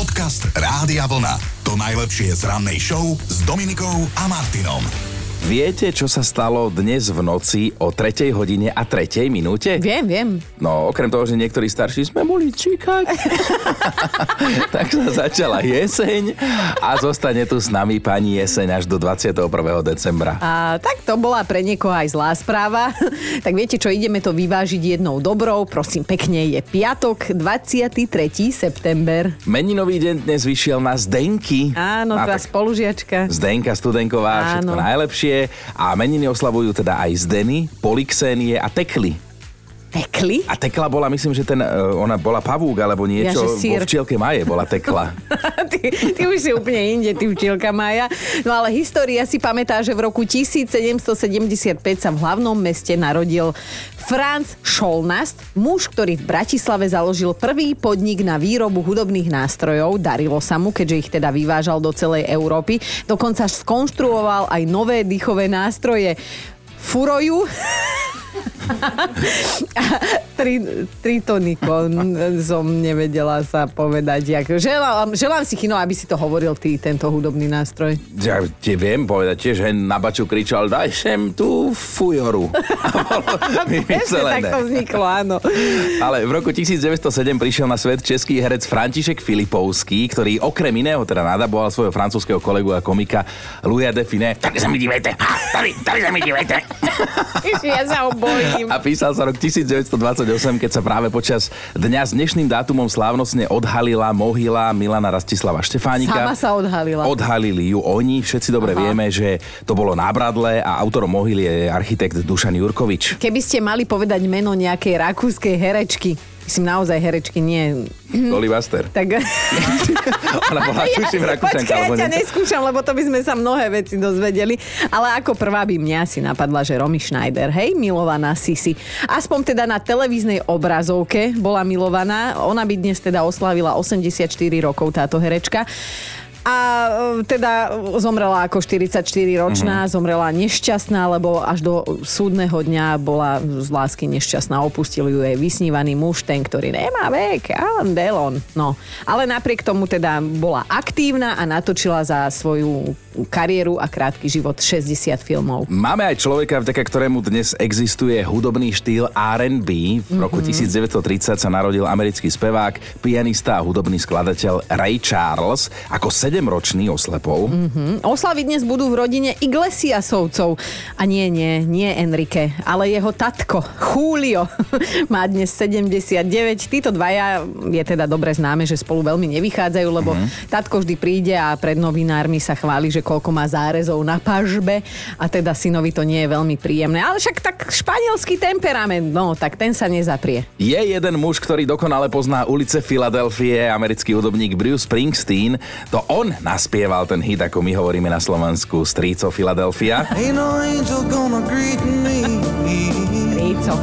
Podcast Rádia Vlna. To najlepšie z rannej show s Dominikou a Martinom. Viete, čo sa stalo dnes v noci o 3 hodine a 3 minúte? Viem. No, okrem toho, že niektorí starší sme mohli číkať, tak sa začala jeseň a zostane tu s nami pani jeseň až do 21. decembra. A tak to bola pre niekoho aj zlá správa. Tak viete čo, ideme to vyvážiť jednou dobrou. Prosím pekne, je piatok, 23. september. Meninový deň dnes vyšiel na Zdenky. Áno, tá spolužiačka. Zdenka Studenková, všetko najlepšie. A meniny oslavujú teda aj Zdeny, Polixénie a Tekly. Tekly? A Tekla bola, myslím, že ona bola pavúk alebo niečo, vo včielke Maje bola Tekla. ty už si úplne inde, ty včielka Maja. No ale história si pamätá, že v roku 1775 sa v hlavnom meste narodil Franz Scholnast, muž, ktorý v Bratislave založil prvý podnik na výrobu hudobných nástrojov. Darilo sa mu, keďže ich teda vyvážal do celej Európy. Dokonca skonštruoval aj nové dýchové nástroje. Furoju... Tritonikon som nevedela sa povedať. Želám si, Chino, aby si to hovoril ty, tento hudobný nástroj. Ja ti viem povedať tiež, že na baču kričal, daj sem tú fujoru. Tak to vzniklo, áno. Ale v roku 1907 prišiel na svet český herec František Filipovský, ktorý okrem iného teda nadaboval svojho francúzskeho kolegu a komika Louisa de Funès. Tady sa mi dívejte, tady sa mi dívejte. Ja sa ho bojím. A písal sa rok 1928, keď sa práve počas dňa s dnešným dátumom slávnostne odhalila mohyla Milana Rastislava Štefánika. Sama sa odhalila. Odhalili ju oni. Všetci dobre vieme, že to bolo nábradlé a autorom mohyly je architekt Dušan Jurkovič. Keby ste mali povedať meno nejakej rakúskej herečky, myslím naozaj herečky, nie... Olivaster. Tak... Ona bola tuším Rakúšanka. Počkaj, ja ťa neskúšam, lebo to by sme sa mnohé veci dozvedeli. Ale ako prvá by mňa si napadla, že Romy Schneider, hej, milovaná Sisi. Aspoň teda na televíznej obrazovke bola milovaná. Ona by dnes teda oslávila 84 rokov, táto herečka. A teda zomrela ako 44-ročná, zomrela nešťastná, lebo až do súdneho dňa bola z lásky nešťastná. Opustil ju jej vysnívaný muž, ten, ktorý nemá vek, Alain Delon. No, ale napriek tomu teda bola aktívna a natočila za svoju kariéru a krátky život 60 filmov. Máme aj človeka, vďaka ktorému dnes existuje hudobný štýl R&B. V roku 1930 sa narodil americký spevák, pianista a hudobný skladateľ Ray Charles. Ako 7-ročný oslepol. Oslavy dnes budú v rodine Iglesiasovcov. A nie Enrique, ale jeho tatko Julio má dnes 79. Títo dvaja je teda dobre známe, že spolu veľmi nevychádzajú, lebo tatko vždy príde a pred novinármi sa chváli, že koľko má zárezov na pažbe a teda synovi to nie je veľmi príjemné. Ale však tak španielský temperament, no tak ten sa nezaprie. Je jeden muž, ktorý dokonale pozná ulice Filadelfie, americký hudobník Bruce Springsteen. To on naspieval ten hit, ako my hovoríme na Slovensku, Stríco Philadelphia. Stríco.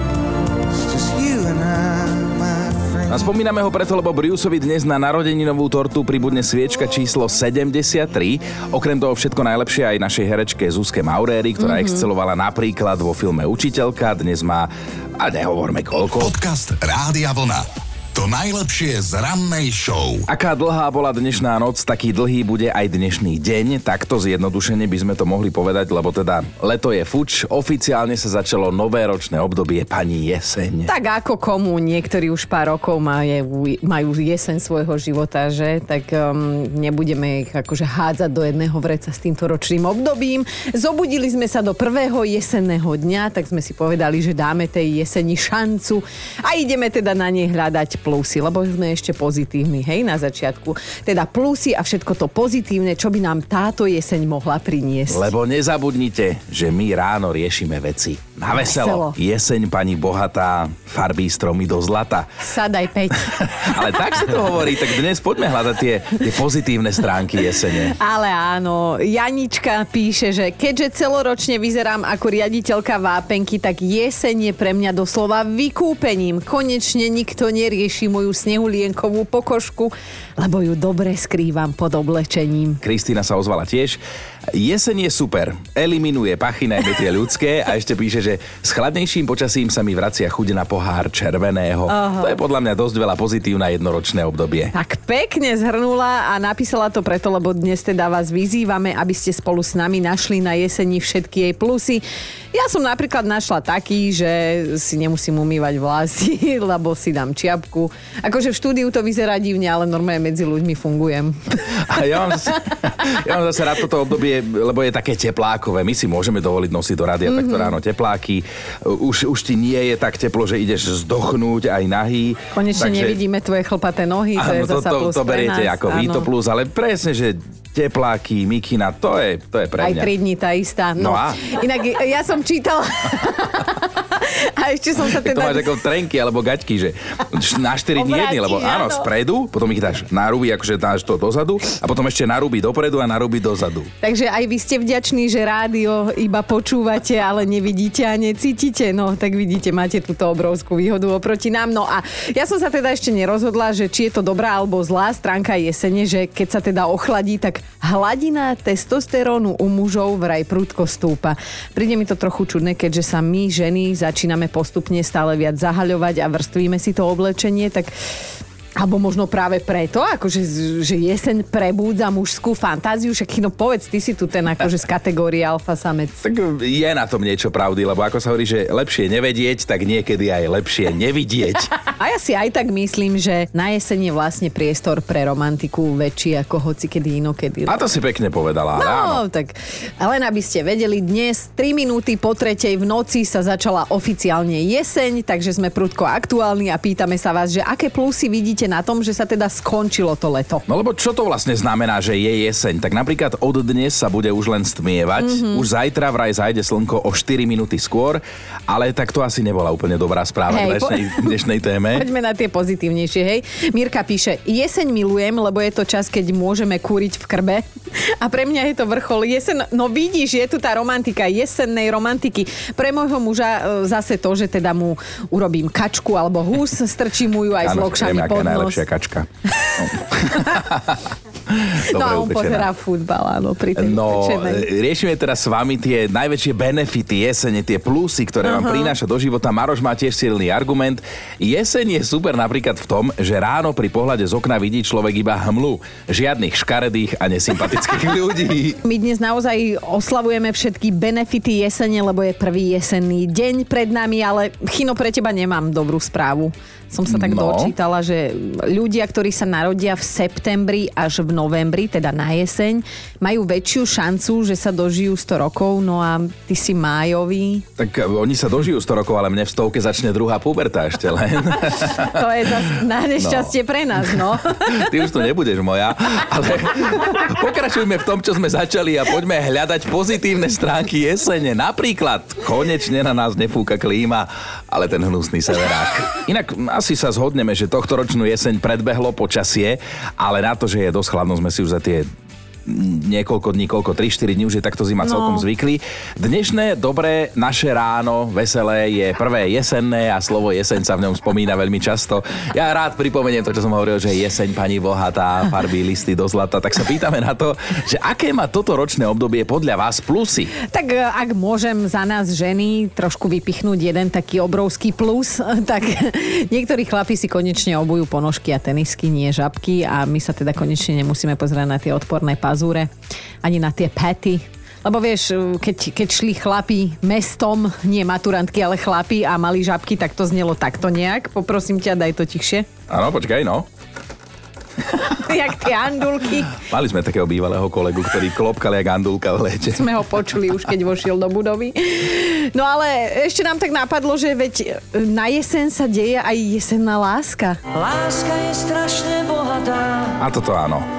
A spomíname ho preto, lebo Bruceovi dnes na narodeninovú tortu pribudne sviečka číslo 73. Okrem toho všetko najlepšie aj našej herečke Zuzke Mauréry, ktorá excelovala napríklad vo filme Učiteľka. Dnes má, a nehovorme koľko. Podcast Rádia Vlna. To najlepšie z rannej show. Aká dlhá bola dnešná noc, taký dlhý bude aj dnešný deň. Takto zjednodušene by sme to mohli povedať, lebo teda leto je fuč. Oficiálne sa začalo nové ročné obdobie pani jeseň. Tak ako komu, niektorí už pár rokov majú jeseň svojho života, že? Tak nebudeme ich akože hádzať do jedného vreca s týmto ročným obdobím. Zobudili sme sa do prvého jesenného dňa, tak sme si povedali, že dáme tej jeseni šancu a ideme teda na nej hľadať plusy, lebo sme ešte pozitívni, hej, na začiatku. Teda plusy a všetko to pozitívne, čo by nám táto jeseň mohla priniesť. Lebo nezabudnite, že my ráno riešime veci na veselo. Jeseň, pani bohatá, farbí stromy do zlata. Sadaj, Peť. Ale tak sa to hovorí, tak dnes poďme hľadať tie pozitívne stránky jesene. Ale áno, Janička píše, že keďže celoročne vyzerám ako riaditeľka vápenky, tak jeseň je pre mňa doslova vykúpením. Konečne nikto nerieši rieši moju snehulienkovú pokožku, lebo ju dobre skrývam pod oblečením. Kristína sa ozvala tiež. Jeseň je super. Eliminuje pachy, najmä tie ľudské a ešte píše, že s chladnejším počasím sa mi vracia chuť na pohár červeného. To je podľa mňa dosť veľa pozitív na jednoročné obdobie. Tak pekne zhrnula a napísala to preto, lebo dnes teda vás vyzývame, aby ste spolu s nami našli na jeseni všetky jej plusy. Ja som napríklad našla taký, že si nemusím umývať vlasy, lebo si dám čiapku. Akože v štúdiu to vyzerá divne, ale normálne medzi ľuďmi fungujem. A ja mám zase rád toto obdobie, lebo je také teplákové. My si môžeme dovoliť nosiť do rádia takto ráno tepláky. Už ti nie je tak teplo, že ideš zdochnúť aj nahý. Konečne nevidíme tvoje chlpaté nohy, to je zasa plus to pre beriete nás. ako víto plus, ale presne, že tepláky, mikina, to je pre mňa. Aj 3 dní tá istá. No a? Inak ja som čítala... A ešte som sa teda... To máš ako trenky alebo gaťky, že na 4 dní jedný, lebo áno, spredu, potom ich dáš na ruby, akože dáš to dozadu a potom ešte na ruby dopredu a na ruby dozadu. Takže aj vy ste vďační, že rádio iba počúvate, ale nevidíte a necítite. No, tak vidíte, máte túto obrovskú výhodu oproti nám. No a ja som sa teda ešte nerozhodla, že či je to dobrá alebo zlá stránka jesene, že keď sa teda ochladí, tak hladina testosterónu u mužov vraj prudko stúpa. Príde mi to trochu čudné, keďže sa my, ženy, začíname postupne stále viac zahaľovať a vrstvíme si to oblečenie, tak... Alebo možno práve preto, akože, že jeseň prebúdza mužskú fantáziu, však no povedz, ty si tu ten akože z kategórie alfa samec. Tak je na tom niečo pravdy, lebo ako sa hovorí, že lepšie nevedieť, tak niekedy aj lepšie nevidieť. A ja si aj tak myslím, že na jeseň je vlastne priestor pre romantiku väčší ako hocikedy inokedy. A to si pekne povedala, ale áno. No, tak len aby ste vedeli, dnes 3 minúty po 3:00 v noci sa začala oficiálne jeseň, takže sme prudko aktuálni a pýtame sa vás, že aké plusy vidíte na tom, že sa teda skončilo to leto. No lebo čo to vlastne znamená, že je jeseň? Tak napríklad od dnes sa bude už len stmievať. Už zajtra vraj zajde slnko o 4 minúty skôr, ale tak to asi nebola úplne dobrá správa k dnešnej téme. Poďme na tie pozitívnejšie, hej. Mirka píše, jeseň milujem, lebo je to čas, keď môžeme kúriť v krbe. A pre mňa je to vrchol. No vidíš, je tu tá romantika, jesennej romantiky. Pre môjho muža zase to, že teda mu urobím kačku alebo hus, strčím mu ju aj s lokšami pod nos. Najlepšia kačka. No a on pozerá futbal, áno, pri tej pečenej. Riešime teraz s vami tie najväčšie benefity jesene, tie plusy, ktoré vám prináša do života. Maroš má tiež silný argument. Jeseň je super napríklad v tom, že ráno pri pohľade z okna vidí človek iba hmlu. Žiadnych škaredých a nesympatických ľudí. My dnes naozaj oslavujeme všetky benefity jesene, lebo je prvý jesenný deň pred nami, ale Chino, pre teba nemám dobrú správu. Som sa tak dočítala, že ľudia, ktorí sa narodia v septembri až v novembri, teda na jeseň, majú väčšiu šancu, že sa dožijú 100 rokov, no a ty si májový. Tak oni sa dožijú 100 rokov, ale mne v 100-ke začne druhá puberta ešte len. To je zase na nešťastie pre nás, no. Ty už tu nebudeš moja, ale pokračujme v tom, čo sme začali a poďme hľadať pozitívne stránky jesene. Napríklad, konečne na nás nefúka klíma, ale ten hnusný severák. Inak asi sa zhodneme, že tohtoročnú jeseň predbehlo počasie, ale na to, že je dosť chladno, sme si už za tie niekoľko dní, 3-4 dní už je takto zima celkom zvykli. Dnešné dobré naše ráno veselé je prvé jesenné a slovo jeseň sa v ňom spomína veľmi často. Ja rád pripomeniem to, čo som hovoril, že jeseň pani bohatá, farby listy do zlata, tak sa pýtame na to, že aké má toto ročné obdobie podľa vás plusy? Tak ak môžem za nás ženy trošku vypichnúť jeden taký obrovský plus, tak niektorí chlapi si konečne obujú ponožky a tenisky, nie žabky a my sa teda konečne nemusíme pozerať na tie odporné pazúre, ani na tie päty. Lebo vieš, keď šli chlapi mestom, nie maturantky, ale chlapi a mali žabky, tak to znelo takto nejak. Poprosím ťa, daj to tichšie. Áno, počkaj, no. Jak tie andulky. Mali sme takého bývalého kolegu, ktorý klopkal jak andulka v lete. Sme ho počuli už, keď vošiel do budovy. No ale ešte nám tak napadlo, že veď na jeseň sa deje aj jesenná láska. Láska je strašne bohatá. A toto áno.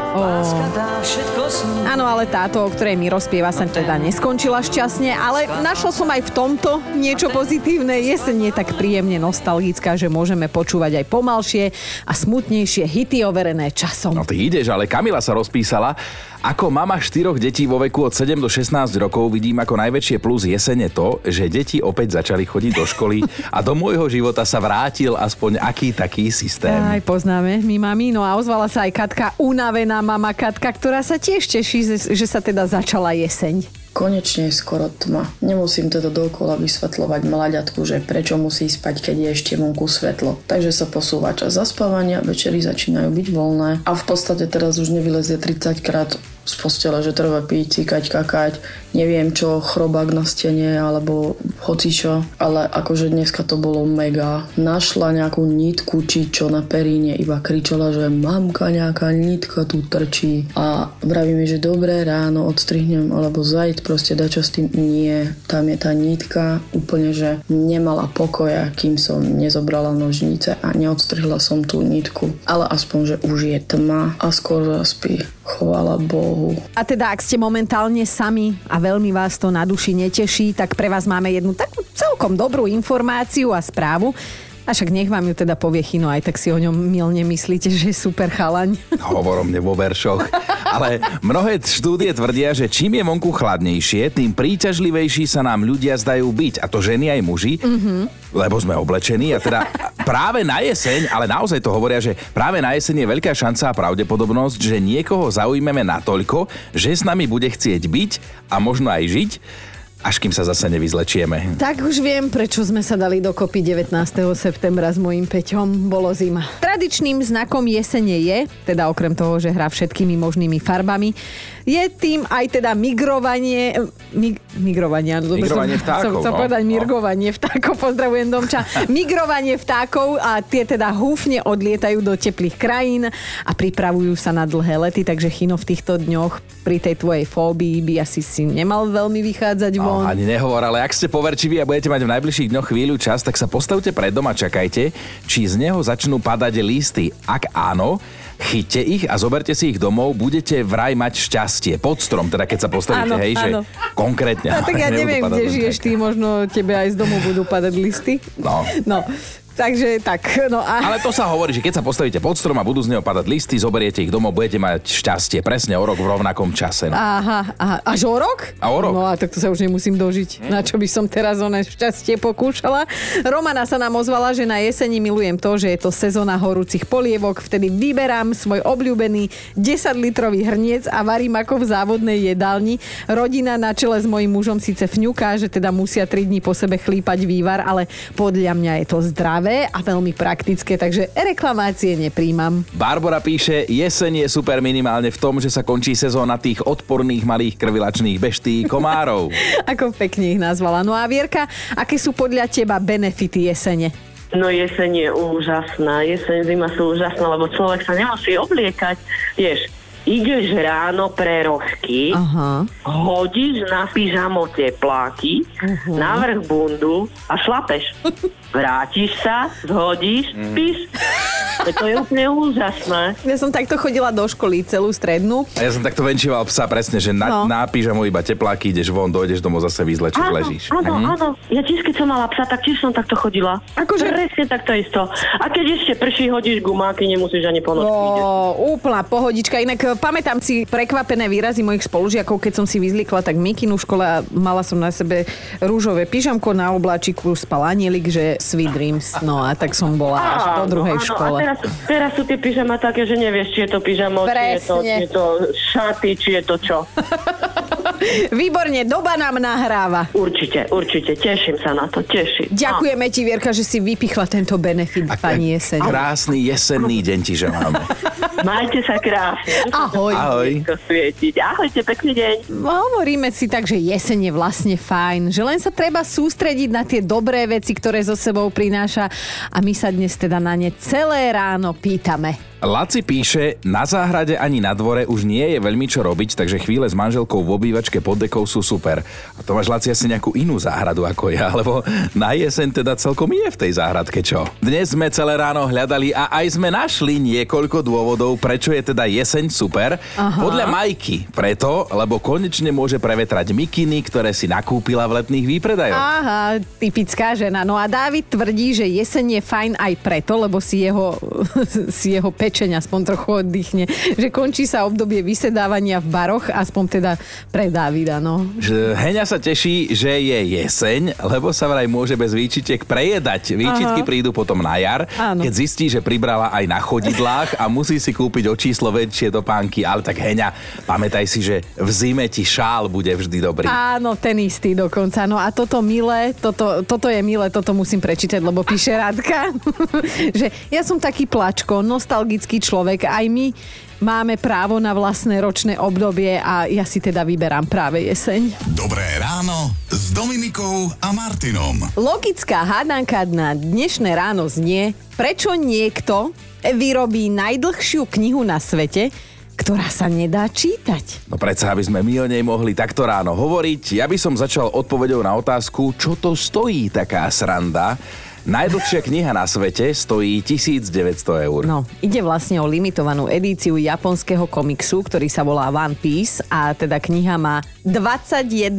Áno, ale táto, o ktorej mi rozpieva, sa teda neskončila šťastne, ale našla som aj v tomto niečo pozitívne. Jeseň je tak príjemne nostalgická, že môžeme počúvať aj pomalšie a smutnejšie hity overené časom. No ty ideš, ale Kamila sa rozpísala. Ako mama 4 detí vo veku od 7 do 16 rokov vidím ako najväčšie plus jesene to, že deti opäť začali chodiť do školy a do môjho života sa vrátil aspoň aký taký systém. Aj poznáme my mami. No a ozvala sa aj Katka, unavená mama Katka, ktorá sa tiež teší, že sa teda začala jeseň. Konečne je skoro tma. Nemusím teda dookola vysvetľovať mladiatku, že prečo musí spať, keď je ešte vonku svetlo. Takže sa posúva čas zaspávania, večery začínajú byť voľné a v podstate teraz už nevylezie 30 krát z postele, že treba piť, cikať, kakať, neviem čo, chrobák na stene alebo hocičo, ale akože dneska to bolo mega. Našla nejakú nitku či čo na períne, iba kričala, že mamka, nejaká nitka tu trčí a vraví mi, že dobré ráno odstrihnem alebo zajd, proste dačo s tým. Nie, tam je tá nitka úplne, že nemala pokoja, kým som nezobrala nožnice a neodstrihla som tú nitku, ale aspoň, že už je tma a skoro zaspí. Chvála Bohu. A teda, ak ste momentálne sami a veľmi vás to na duši neteší, tak pre vás máme jednu takú celkom dobrú informáciu a správu. A však nech vám ju teda povie Chino, aj tak si o ňom milne myslíte, že je super chalaň. Hovor o mne vo veršoch. Ale mnohé štúdie tvrdia, že čím je vonku chladnejšie, tým príťažlivejší sa nám ľudia zdajú byť. A to ženy aj muži, lebo sme oblečení. A teda práve na jeseň, ale naozaj to hovoria, že práve na jeseň je veľká šanca a pravdepodobnosť, že niekoho zaujmeme natoľko, že s nami bude chcieť byť a možno aj žiť, až kým sa zase nevyzlečieme. Tak už viem, prečo sme sa dali dokopy 19. septembra s mojím Peťom. Bolo zima. Tradičným znakom jesene je, teda okrem toho, že hrá všetkými možnými farbami, je tým aj teda migrovanie... Migrovanie vtákov. Chcem povedať mirgovanie vtákov. Pozdravujem Domča. Migrovanie vtákov a tie teda húfne odlietajú do teplých krajín a pripravujú sa na dlhé lety, takže Chino v týchto dňoch pri tej tvojej fóbii by asi si nemal veľmi vychádzať von. No, ani nehovor, ale ak ste poverčiví a budete mať v najbližších dňoch chvíľu čas, tak sa postavte pred dom a čakajte, či z neho začnú padať listy. Ak áno, chyťte ich a zoberte si ich domov, budete vraj mať šťastie. Pod strom, teda keď sa postavíte, áno, hej, áno. Že konkrétne. No, tak ja neviem, kde žiješ ty, možno tebe aj z domu budú padať listy. No. Takže tak, no a... Ale to sa hovorí, že keď sa postavíte pod strom a budú z neho padať listy, zoberiete ich domov, budete mať šťastie presne o rok v rovnakom čase. No. Aha. Až o rok? A o rok. No a tak to sa už nemusím dožiť. Na čo by som teraz oné šťastie pokúšala? Romana sa nám ozvala, že na jeseni milujem to, že je to sezóna horúcich polievok, vtedy vyberám svoj obľúbený 10-litrový hrniec a varím ako v závodnej jedálni. Rodina na čele s mojím mužom síce fňuká, že teda musia 3 dní po sebe chlípať vývar, ale podľa mňa je to zdravé a veľmi praktické, takže reklamácie nepríjmam. Barbara píše, jeseň je super minimálne v tom, že sa končí sezóna tých odporných malých krvilačných beští komárov. Ako pekne ich nazvala. No a Vierka, aké sú podľa teba benefity jesene? No jeseň je úžasná. Jeseň, zima sú úžasná, lebo človek sa nemusí obliekať. Vieš, ideš ráno pre rožky, hodíš na pyžamo tepláky, navrch bundu a šlapeš. Vrátiš sa, zhodíš, spíš. To je úplne úžasné. Ja som takto chodila do školy celú strednú. A ja som takto venčíval psa presne, že na pyžamo iba tepláky, ideš von, dojdeš domov, zase vyzlečíš, ležíš. Áno. Ja tiež, keď som mala psa, tak tiež som takto chodila. Akože presne takto isto. A keď ešte prší, hodíš gumáky, nemusíš ani po noci vidieť. Úplná pohodička. Inak pamätám si prekvapené výrazy mojich spolužiakov, keď som si vyzlikla tak mikinu v škole a mala som na sebe rúžové pyžamko, na obláčiku spal anielik, že sweet dreams. No a tak som bola až po druhej škole. A teraz sú tie pyžama také, že nevieš, či je to pyžamo, či je to šaty, či je to čo. Výborne, doba nám nahráva. Určite, teším sa na to, teším. Ďakujeme ti, Vierka, že si vypichla tento benefit, pani jeseň. Krásny jesenný deň ti želáme. Majte sa krásne. Ahoj. Ahojte, pekný deň. Hovoríme si tak, že jeseň je vlastne fajn, že len sa treba sústrediť na tie dobré veci, ktoré so sebou prináša a my sa dnes teda na ne celé ráno pýtame. Laci píše, na záhrade ani na dvore už nie je veľmi čo robiť, takže chvíle s manželkou v obývačke pod dekou sú super. A to máš, Laci, asi nejakú inú záhradu ako ja, lebo na jeseň teda celkom je v tej záhradke čo. Dnes sme celé ráno hľadali a aj sme našli niekoľko dôvodov, prečo je teda jeseň super. Aha. Podľa Majky preto, lebo konečne môže prevetrať mikiny, ktoré si nakúpila v letných výpredajoch. Aha, typická žena. No a Dávid tvrdí, že jeseň je fajn aj preto, lebo si jeho pečeň aspoň trochu oddychne. Že končí sa obdobie vysedávania v baroch, aspoň teda pre Dávida, no. Heňa sa teší, že je jeseň, lebo sa vraj môže bez výčitiek prejedať. Výčitky prídu potom na jar, keď zistí, že pribrala aj na chodidlách a musí si kúpiť o číslo väčšie topánky. Ale tak Heňa, pamätaj si, že v zime ti šál bude vždy dobrý. Áno, ten istý dokonca. No a toto milé, toto je milé, toto musím prečítať, lebo píše Radka, že ja som taký plačko, nostalgický človek, aj my máme právo na vlastné ročné obdobie a ja si teda vyberám práve jeseň. Dobré ráno s Dominikou a Martinom. Logická hádanka na dnešné ráno znie, prečo niekto vyrobí najdlhšiu knihu na svete, ktorá sa nedá čítať. No predsa, aby sme my o nej mohli takto ráno hovoriť, ja by som začal odpoveďou na otázku, čo to stojí taká sranda. Najdlhšia kniha na svete stojí 1900 eur. No, ide vlastne o limitovanú edíciu japonského komiksu, ktorý sa volá One Piece a teda kniha má 21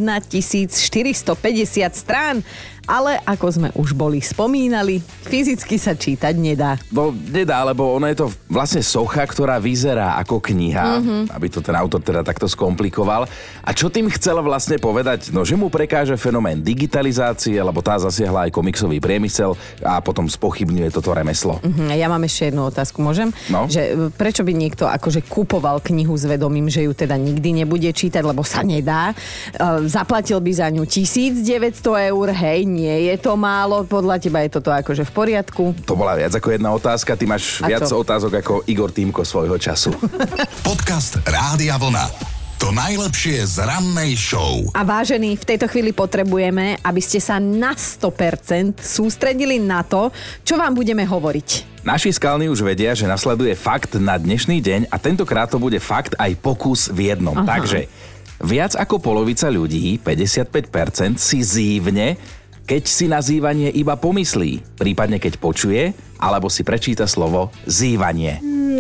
450 strán. Ale ako sme už boli spomínali, fyzicky sa čítať nedá. No nedá, lebo ono je to vlastne socha, ktorá vyzerá ako kniha, aby to ten autor teda takto skomplikoval. A čo tým chcel vlastne povedať? No, že mu prekáže fenomén digitalizácie, lebo tá zasiahla aj komiksový priemysel a potom spochybňuje toto remeslo. Ja mám ešte jednu otázku, môžem? No? Že prečo by niekto akože kupoval knihu s vedomím, že ju teda nikdy nebude čítať, lebo sa nedá. Zaplatil by za ňu 1900 eur, hej, nie je to málo, podľa teba je toto akože v poriadku? To bola viac ako jedna otázka, ty máš viac otázok ako Igor Týmko svojho času. Podcast Rádia Vlna. To najlepšie z rannej show. A vážení, v tejto chvíli potrebujeme, aby ste sa na 100% sústredili na to, čo vám budeme hovoriť. Naši skalní už vedia, že nasleduje fakt na dnešný deň a tentokrát to bude fakt aj pokus v jednom. Aha. Takže viac ako polovica ľudí, 55%, si zívne, keď si na zývanie iba pomyslí, prípadne keď počuje, alebo si prečíta slovo zývanie.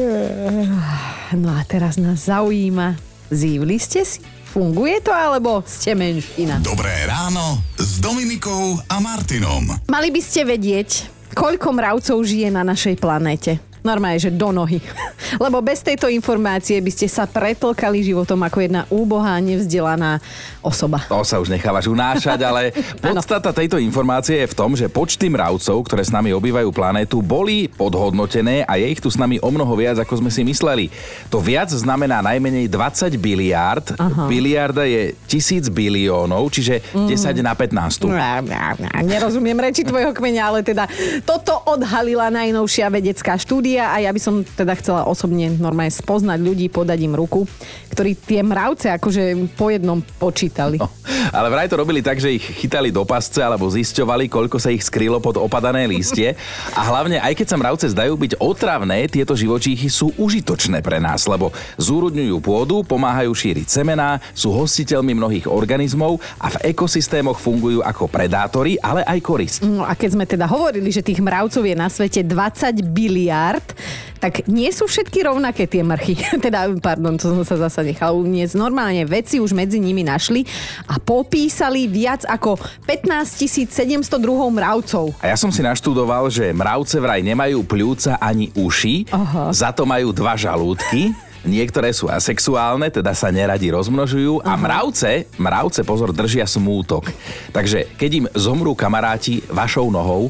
No a teraz nás zaujíma, zívli ste si? Funguje to, alebo ste menšina? Dobré ráno s Dominikou a Martinom. Mali by ste vedieť, koľko mravcov žije na našej planéte. Normálne, že do nohy. Lebo bez tejto informácie by ste sa pretlkali životom ako jedna úbohá, nevzdelaná osoba. To sa už nechávaš unášať, ale podstata tejto informácie je v tom, že počty mravcov, ktoré s nami obývajú planétu, boli podhodnotené a je ich tu s nami o mnoho viac, ako sme si mysleli. To viac znamená najmenej 20 biliárd. Biliarda je 1000 biliónov, čiže 10 na 15. Nerozumiem reči tvojho kmeňa, ale teda toto odhalila najnovšia vedecká štúdia a ja by som teda chcela osobne normálne spoznať ľudí, podať im ruku, ktorí tie mravce akože po jednom počítali. No, ale vraj to robili tak, že ich chytali do pasce alebo zisťovali, koľko sa ich skrylo pod opadané lístie. A hlavne, aj keď sa mravce zdajú byť otravné, tieto živočíchy sú užitočné pre nás, lebo zúrodňujú pôdu, pomáhajú šíriť semená, sú hostiteľmi mnohých organizmov a v ekosystémoch fungujú ako predátori, ale aj korist. No a keď sme teda hovorili, že tých mravcov je na svete 20 biliárd, tak nie sú všetky rovnaké tie mrchy. To som sa zasa nechal uniesť. Normálne vedci už medzi nimi našli a popísali viac ako 15 700 druhov mravcov. A ja som si naštudoval, že mravce vraj nemajú pľúca ani uši, za to majú 2 žalúdky. Niektoré sú asexuálne, teda sa neradi rozmnožujú a mravce, pozor, držia smútok. Takže keď im zomrú kamaráti vašou nohou,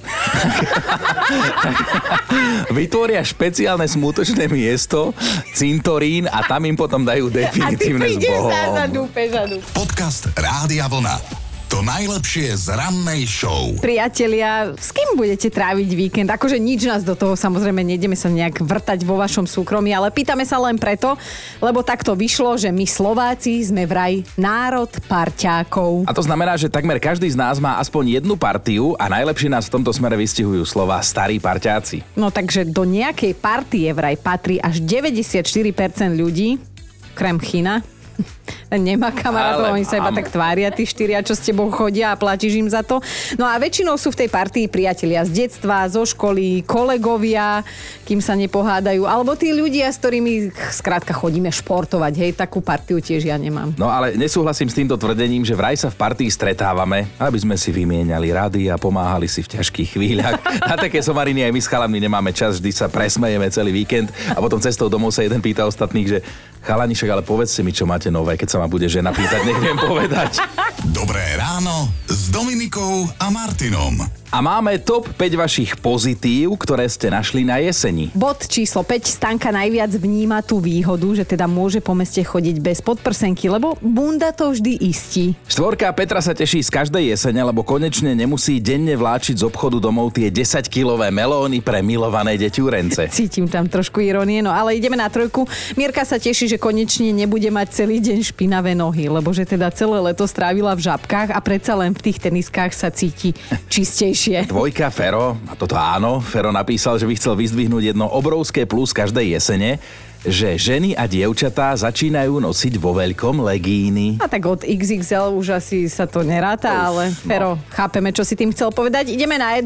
vytvoria špeciálne smútočné miesto, cintorín a tam im potom dajú definitívne zbohom. A ty prídeš zadu. Podcast Rádia Vlna. To najlepšie z rannej show. Priatelia, s kým budete tráviť víkend? Akože nič nás do toho, samozrejme, nejdeme sa nejak vrtať vo vašom súkromí, ale pýtame sa len preto, lebo takto vyšlo, že my Slováci sme vraj národ parťákov. A to znamená, že takmer každý z nás má aspoň jednu partiu a najlepšie nás v tomto smere vystihujú slova starí parťáci. No takže do nejakej partie vraj patrí až 94% ľudí, krem Chyna. Nemá kamarátov, oni sa iba tak tvária, tí štyria, čo s tebou chodia a platíš im za to. No a väčšinou sú v tej partii priatelia z detstva, zo školy, kolegovia, kým sa nepohádajú, alebo tí ľudia, s ktorými skrátka chodíme športovať, hej, takú partiu tiež ja nemám. No ale nesúhlasím s týmto tvrdením, že vraj sa v partii stretávame, aby sme si vymieniali rady a pomáhali si v ťažkých chvíľach. Na také somariny aj my s chalami nemáme čas, vždy sa presmejeme celý víkend a potom cestou domov sa jeden pýta ostatných, že chalanišek, ale povedzte mi, čo máte nové, keď sa ma bude žena pýtať, neviem povedať. Dobré ráno s Dominikou a Martinom. A máme top 5 vašich pozitív, ktoré ste našli na jeseni. Bod číslo 5. Stanka najviac vníma tú výhodu, že teda môže po meste chodiť bez podprsenky, lebo bunda to vždy istí. 4. Petra sa teší z každej jesene, lebo konečne nemusí denne vláčiť z obchodu domov tie 10-kilové melóny pre milované deťúrence. Cítim tam trošku ironie, no ale ideme na 3. Mirka sa teší, že konečne nebude mať celý deň špinavé nohy, lebo že teda celé leto strávila v žabkách a predsa len v tých teniskách sa cíti čistejšie. 2. Fero, a toto áno, Fero napísal, že by chcel vyzdvihnúť jedno obrovské plus každej jesene, že ženy a dievčatá začínajú nosiť vo veľkom legíny. A tak od XXL už asi sa to neráta, ale Fero, chápeme, čo si tým chcel povedať. Ideme na 1.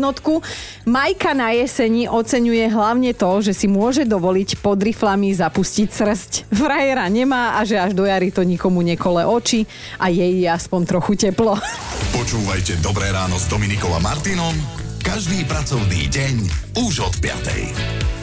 Majka na jeseni oceňuje hlavne to, že si môže dovoliť pod riflami zapustiť srsť. Frajera nemá a že až do jary to nikomu nekole oči a jej je aspoň trochu teplo. Počúvajte Dobré ráno s Dominikou a Martinom každý pracovný deň už od 5.